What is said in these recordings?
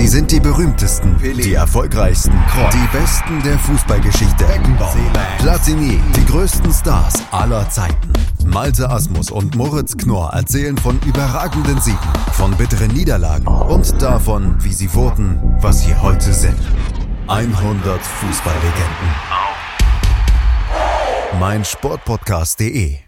Sie sind die berühmtesten, die erfolgreichsten, die Besten der Fußballgeschichte. Platini, die größten Stars aller Zeiten. Malte Asmus und Moritz Knorr erzählen von überragenden Siegen, von bitteren Niederlagen und davon, wie sie wurden, was sie heute sind. 100 Fußballlegenden. meinsportpodcast.de.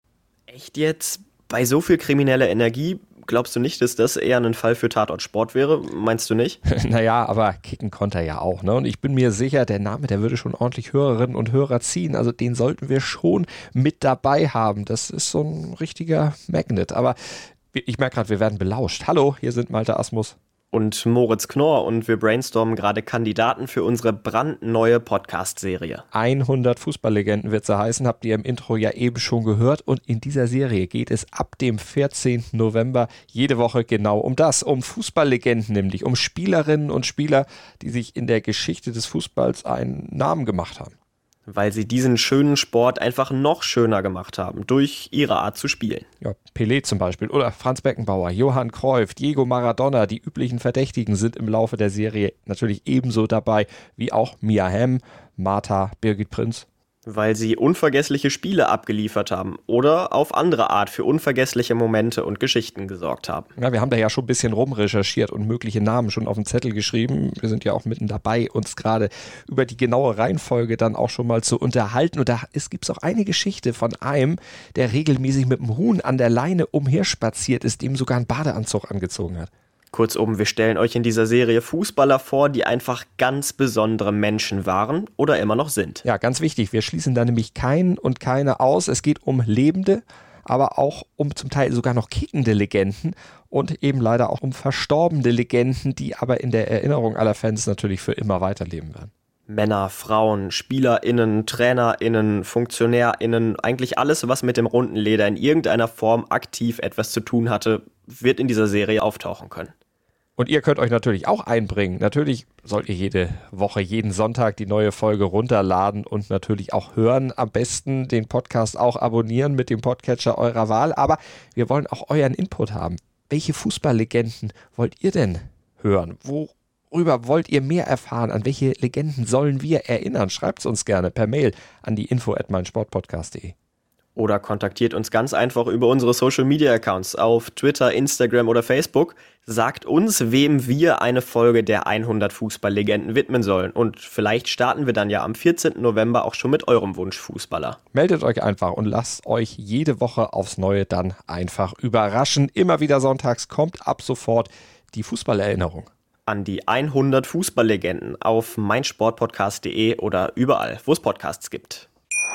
Echt jetzt? Bei so viel krimineller Energie glaubst du nicht, dass das eher ein Fall für Tatort Sport wäre? Meinst du nicht? Naja, aber kicken konnte er ja auch, ne? Und ich bin mir sicher, der Name, der würde schon ordentlich Hörerinnen und Hörer ziehen. Also den sollten wir schon mit dabei haben. Das ist so ein richtiger Magnet. Aber ich merke gerade, wir werden belauscht. Hallo, hier sind Malte Asmus und Moritz Knorr und wir brainstormen gerade Kandidaten für unsere brandneue Podcast-Serie. 100 Fußballlegenden wird sie heißen, habt ihr im Intro ja eben schon gehört. Und in dieser Serie geht es ab dem 14. November jede Woche genau um das, um Fußballlegenden, nämlich um Spielerinnen und Spieler, die sich in der Geschichte des Fußballs einen Namen gemacht haben. Weil sie diesen schönen Sport einfach noch schöner gemacht haben, durch ihre Art zu spielen. Ja, Pelé zum Beispiel oder Franz Beckenbauer, Johann Cruyff, Diego Maradona, die üblichen Verdächtigen sind im Laufe der Serie natürlich ebenso dabei, wie auch Mia Hamm, Martha, Birgit Prinz. Weil sie unvergessliche Spiele abgeliefert haben oder auf andere Art für unvergessliche Momente und Geschichten gesorgt haben. Ja, wir haben da ja schon ein bisschen rumrecherchiert und mögliche Namen schon auf den Zettel geschrieben. Wir sind ja auch mitten dabei, uns gerade über die genaue Reihenfolge dann auch schon mal zu unterhalten. Und da gibt es auch eine Geschichte von einem, der regelmäßig mit dem Huhn an der Leine umherspaziert ist, dem sogar einen Badeanzug angezogen hat. Kurzum, wir stellen euch in dieser Serie Fußballer vor, die einfach ganz besondere Menschen waren oder immer noch sind. Ja, ganz wichtig, wir schließen da nämlich keinen und keine aus. Es geht um lebende, aber auch um zum Teil sogar noch kickende Legenden und eben leider auch um verstorbene Legenden, die aber in der Erinnerung aller Fans natürlich für immer weiterleben werden. Männer, Frauen, SpielerInnen, TrainerInnen, FunktionärInnen, eigentlich alles, was mit dem runden Leder in irgendeiner Form aktiv etwas zu tun hatte, wird in dieser Serie auftauchen können. Und ihr könnt euch natürlich auch einbringen. Natürlich sollt ihr jede Woche, jeden Sonntag die neue Folge runterladen und natürlich auch hören. Am besten den Podcast auch abonnieren mit dem Podcatcher eurer Wahl. Aber wir wollen auch euren Input haben. Welche Fußballlegenden wollt ihr denn hören? Worüber wollt ihr mehr erfahren? An welche Legenden sollen wir erinnern? Schreibt es uns gerne per Mail an die info@meinsportpodcast.de. Oder kontaktiert uns ganz einfach über unsere Social-Media-Accounts auf Twitter, Instagram oder Facebook. Sagt uns, wem wir eine Folge der 100 Fußballlegenden widmen sollen. Und vielleicht starten wir dann ja am 14. November auch schon mit eurem Wunschfußballer. Meldet euch einfach und lasst euch jede Woche aufs Neue dann einfach überraschen. Immer wieder sonntags kommt ab sofort die Fußballerinnerung. An die 100 Fußballlegenden auf meinsportpodcast.de oder überall, wo es Podcasts gibt.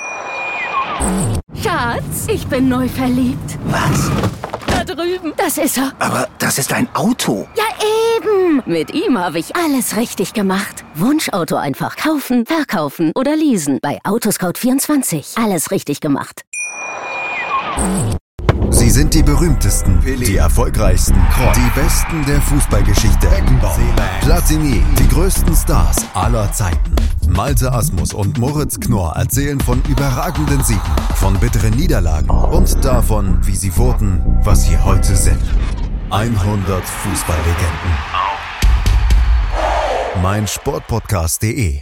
Schatz, ich bin neu verliebt. Was? Da drüben. Das ist er. Aber das ist ein Auto. Ja, eben. Mit ihm habe ich alles richtig gemacht. Wunschauto einfach kaufen, verkaufen oder leasen. Bei Autoscout24. Alles richtig gemacht. Sie sind die berühmtesten, die erfolgreichsten, die Besten der Fußballgeschichte. Platini, die größten Stars aller Zeiten. Malte Asmus und Moritz Knorr erzählen von überragenden Siegen, von bitteren Niederlagen und davon, wie sie wurden, was sie heute sind. 100 Fußballlegenden. meinsportpodcast.de.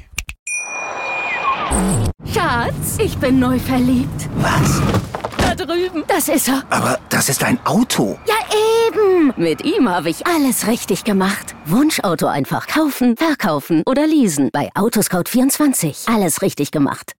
Schatz, ich bin neu verliebt. Was? Da drüben. Das ist er. Aber das ist ein Auto. Ja, eben. Mit ihm habe ich alles richtig gemacht. Wunschauto einfach kaufen, verkaufen oder leasen. Bei Autoscout24. Alles richtig gemacht.